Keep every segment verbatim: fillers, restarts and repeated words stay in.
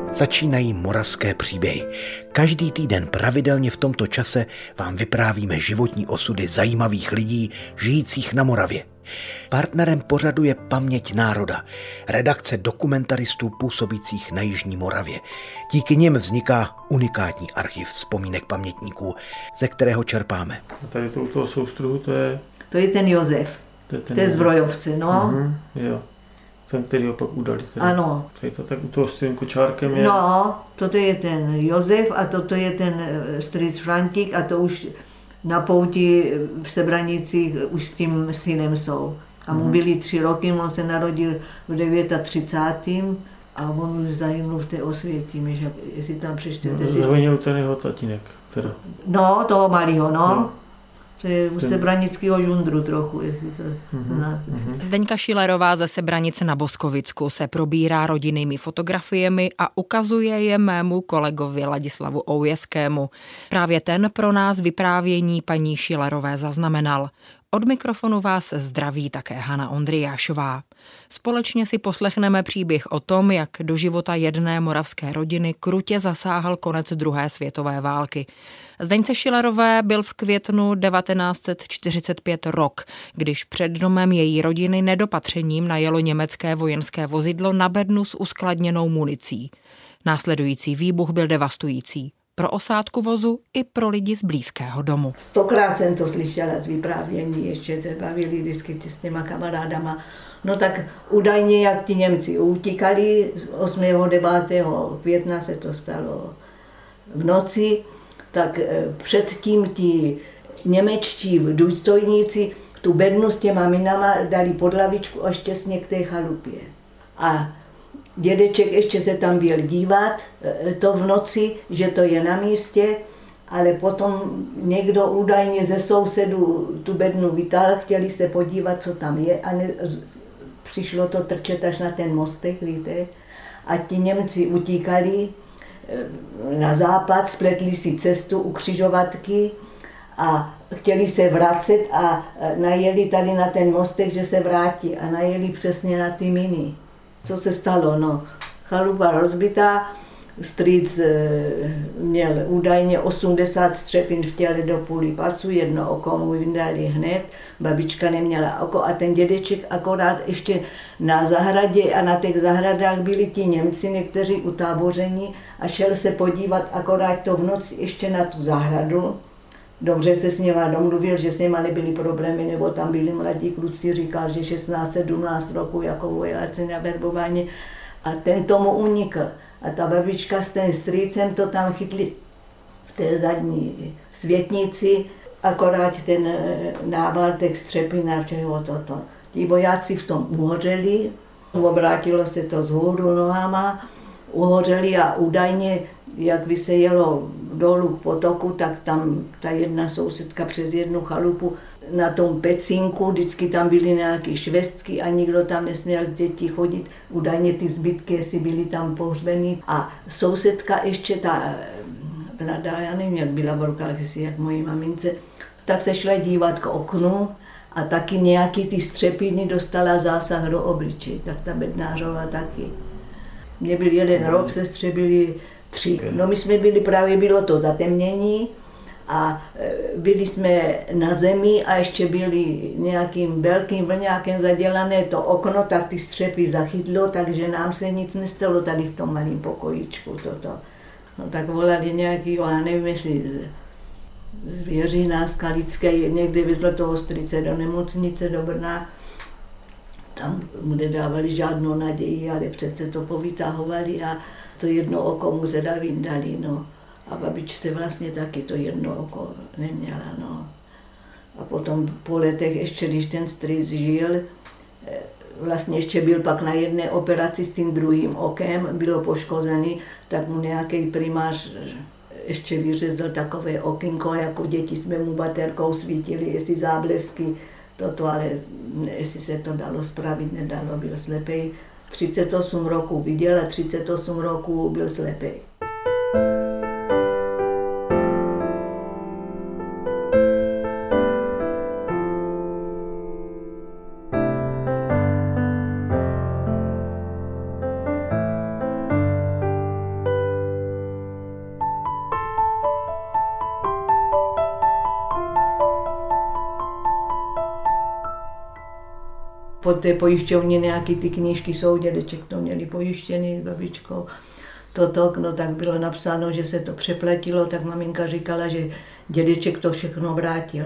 Začínají moravské příběhy. Každý týden pravidelně v tomto čase vám vyprávíme životní osudy zajímavých lidí žijících na Moravě. Partnerem pořadu je Paměť národa, redakce dokumentaristů působících na jižní Moravě. Díky nim vzniká unikátní archiv vzpomínek pamětníků, ze kterého čerpáme. A tady to u toho soustruhu to je... To je ten Josef, to je, ten to je zbrojovce, no. Uh-huh, jo. Ten, který ho pak udali. Tady. Ano. Tady to tak u toho s tím kočárkem je... No, toto je ten Josef a toto je ten strýc František a to už na pouti v Sebranicích už s tím synem jsou. A mu byly tři roky, on se narodil v třicátém devátém a on už zahynul v té Osvětimi, že jestli tam přečtete si... Zahynul ten jeho tatínek, teda. No, toho malýho, no. no. To je u ten... sebranického žundru trochu, jestli to uh-huh, znáte. Uh-huh. Zdeňka Šilerová ze Sebranic na Boskovicku se probírá rodinnými fotografiemi a ukazuje je mému kolegovi Ladislavu Oujeskému. Právě ten pro nás vyprávění paní Šilerové zaznamenal. Od mikrofonu vás zdraví také Hana Ondryjášová. Společně si poslechneme příběh o tom, jak do života jedné moravské rodiny krutě zasáhl konec druhé světové války. Zdeňce Šilerové byl v květnu devatenáct set čtyřicet pět rok, když před domem její rodiny nedopatřením najelo německé vojenské vozidlo na bednu s uskladněnou municí. Následující výbuch byl devastující. Pro osádku vozu i pro lidi z blízkého domu. Stokrát jsem to slyšela z vyprávění, ještě se bavili vždycky s těma kamarádama. No tak údajně, jak ti Němci utíkali, osmého devátého května se to stalo v noci, tak předtím ti němečtí důstojníci tu bednu s těma minama dali pod lavičku až těsně k té chalupě. A dědeček ještě se tam byl dívat to v noci, že to je na místě, ale potom někdo údajně ze sousedů tu bednu vytáhl, chtěli se podívat, co tam je a ne, přišlo to trčet až na ten mostek, víte, a ti Němci utíkali na západ, spletli si cestu u křižovatky a chtěli se vracet a najeli tady na ten mostek, že se vrátí a najeli přesně na ty miny. Co se stalo? No, chalupa rozbitá, strýc měl údajně osmdesát střepin v těle do půly pasu, jedno oko mu vydali hned, babička neměla oko a ten dědeček akorát ještě na zahradě a na těch zahradách byli ti Němci, někteří utáboření a šel se podívat akorát to v noci ještě na tu zahradu. Dobře se s něma domluvil, že s něma nebyly problémy, nebo tam byli mladí kluci, říkal, že šestnáct sedmnáct roku jako vojáci na verbování a ten tomu unikl. A ta babička s tím strýcem to tam chytli v té zadní světnici, akorát ten nával těch střepin a všeho toto. Ti vojáci v tom uhořeli, obrátilo se to z hůru nohama, uhořeli a údajně, jak by se jelo dolů k potoku, tak tam ta jedna sousedka přes jednu chalupu na tom pecínku, vždycky tam byly nějaké švestky a nikdo tam nesměl z dětí chodit. Údajně ty zbytky, jestli byly tam pohřbený. A sousedka ještě ta mladá, já nevím, jak byla v rukách, jestli jak mojí mamince, tak se šla dívat k oknu a taky nějaký ty střepiny dostala zásah do obličeje, tak ta bednářová taky. Mně byl jeden rok, sestře byli tři. No my jsme byli, právě bylo to zatemnění a byli jsme na zemi a ještě byli nějakým velkým vlňákem zadělané to okno, tak ty střepy zachytlo, takže nám se nic nestalo tady v tom malém pokojíčku. Toto. No tak volali nějaký, já nevím, jestli z Věřína, Skalické, někde vezl toho strýce do nemocnice do Brna. Tam mu nedávali žádnou naději, ale přece to povytahovali a to jedno oko mu teda vyndali, no. A babičce vlastně taky to jedno oko neměla, no. A potom po letech, ještě když ten strýc žil, vlastně ještě byl pak na jedné operaci s tím druhým okem, bylo poškozený, tak mu nějaký primář ještě vyřezl takové okinko, jako děti jsme mu baterkou svítili, jestli záblesky, toto, ale jestli se to dalo spravit, nedalo, byl slepej. třicet osm roků viděl a třicet osm roků byl slepej. po té pojišťovně nějaký ty knížky jsou, dědeček to měli pojištěný s babičkou. Toto, no tak bylo napsáno, že se to přeplatilo, tak maminka říkala, že dědeček to všechno vrátil.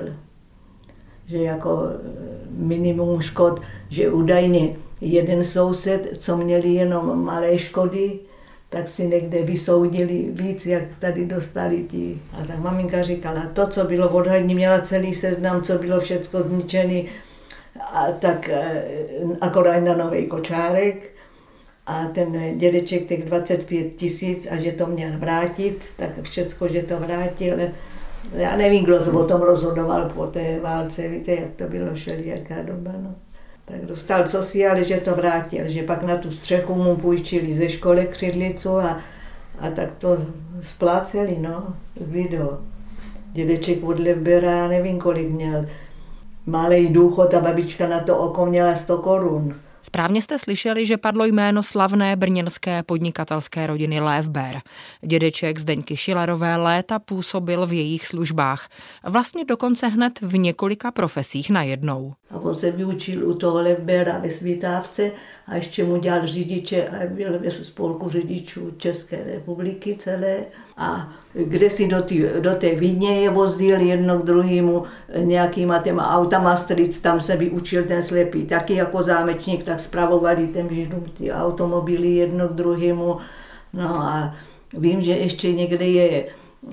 Že jako minimum škod, že údajně jeden soused, co měli jenom malé škody, tak si někde vysoudili víc, jak tady dostali ti. A tak maminka říkala, to, co bylo odhadní, měla celý seznam, co bylo všecko zničené, a tak akorát na nový kočárek. A ten dědeček těch dvacet pět tisíc a že to měl vrátit, tak všecko, že to vrátil. Já nevím, kdo to o tom rozhodoval po té válce, víte, jak to bylo všelijaká doba. No. Tak dostal cosi, ale že to vrátil, že pak na tu střechu mu půjčili ze školy křidlicu a, a tak to spláceli, no, video. Dědeček od Levbera, nevím, kolik měl, malý důchod a babička na to oko měla sto korun. Správně jste slyšeli, že padlo jméno slavné brněnské podnikatelské rodiny Levber. Dědeček Zdeňky Šilerové léta působil v jejich službách. Vlastně dokonce hned v několika profesích najednou. A on se vyučil u toho Levbera ve Svitávce a ještě mu dělal řidiče a byl ve spolku řidičů České republiky celé. A kde si do, tý, do té Vídně je vozil jedno k druhému nějakýma těma autama stric, tam se vyučil ten slepý. Taky jako zámečník, tak spravovali ten výždum, ty automobily jedno k druhému. No a vím, že ještě někde je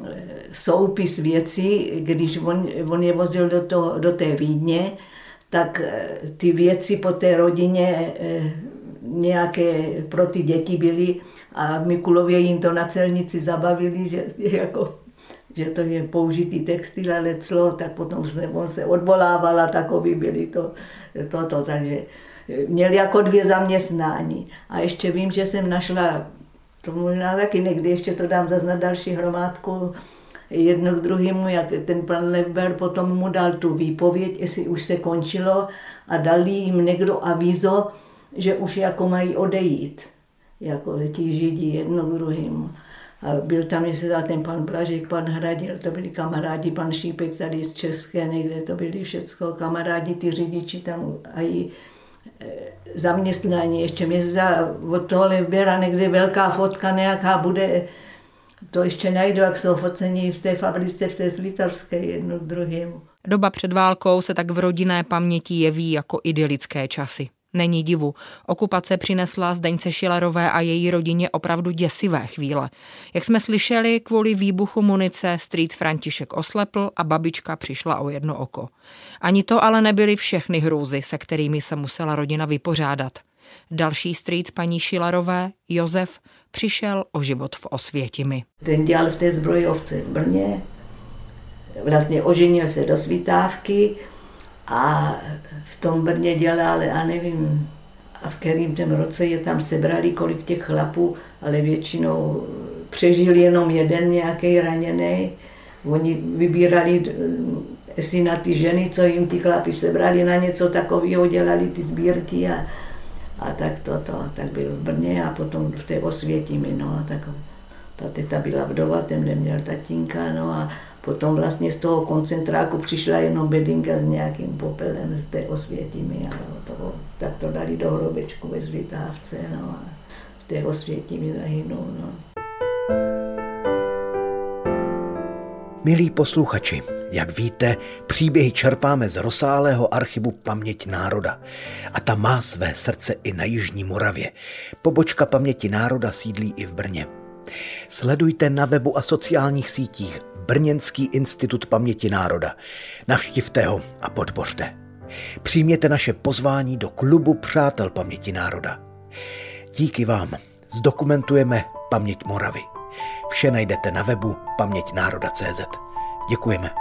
soupis věcí, když on, on je vozil do, toho, do té Vídně, tak ty věci po té rodině nějaké pro ty děti byly a v Mikulově jim to na celnici zabavili, že, jako, že to je použitý textil, ale clo, tak potom se, on se odvolával a takový byli to, toto, takže měli jako dvě zaměstnání. A ještě vím, že jsem našla, to možná taky někdy, ještě to dám zase na další hromádku, jedno k druhému, jak ten pan Levber potom mu dal tu výpověď, jestli už se končilo a dal jim někdo avízo, že už jako mají odejít, jako ti Židi jedno k druhému. A byl tam, jestli dá ten pan Blažek, pan Hradil, to byli kamarádi, pan Šípek tady z České, někde to byli všecko kamarádi, ty řidiči tam a i zaměstnání. Ještě mě zdá od toho Levbera někde velká fotka nějaká bude, to ještě najdu, jak jsou focení v té fabrice, v té Svitavské jedno k druhému. Doba před válkou se tak v rodinné paměti jeví jako idylické časy. Není divu, okupace přinesla Zdeňce Šilerové a její rodině opravdu děsivé chvíle. Jak jsme slyšeli, kvůli výbuchu munice strýc František oslepl a babička přišla o jedno oko. Ani to ale nebyly všechny hrůzy, se kterými se musela rodina vypořádat. Další strýc paní Šilerové, Josef, přišel o život v Osvětimi. Ten dělal v té zbrojovce v Brně, vlastně oženil se do Svitávky, a v tom Brně dělal, a nevím, a v kterým ten roce je tam sebrali kolik těch chlapů, ale většinou přežil jenom jeden nějaký raněný. Oni vybírali, jestli na ty ženy, co jim ty chlapi sebrali, na něco takového dělali ty sbírky a, a tak toto, tak byl v Brně a potom v té Osvětimi, no a tak ta teta byla vdova, ten neměl tatínka, no a potom vlastně z toho koncentráku přišla jenom bedinka s nějakým popelem z té Osvětimi a to, tak to dali do hrobečku ve Svitávce, no a v té Osvětimi zahynul, no. Milí posluchači, jak víte, příběhy čerpáme z rozsáhlého archivu Paměť národa. A ta má své srdce i na Jižní Moravě. Pobočka Paměti národa sídlí i v Brně. Sledujte na webu a sociálních sítích Brněnský institut paměti národa. Navštivte ho a podpořte. Přijměte naše pozvání do klubu Přátel paměti národa. Díky vám zdokumentujeme paměť Moravy. Vše najdete na webu paměť národa tečka cé zet. Děkujeme.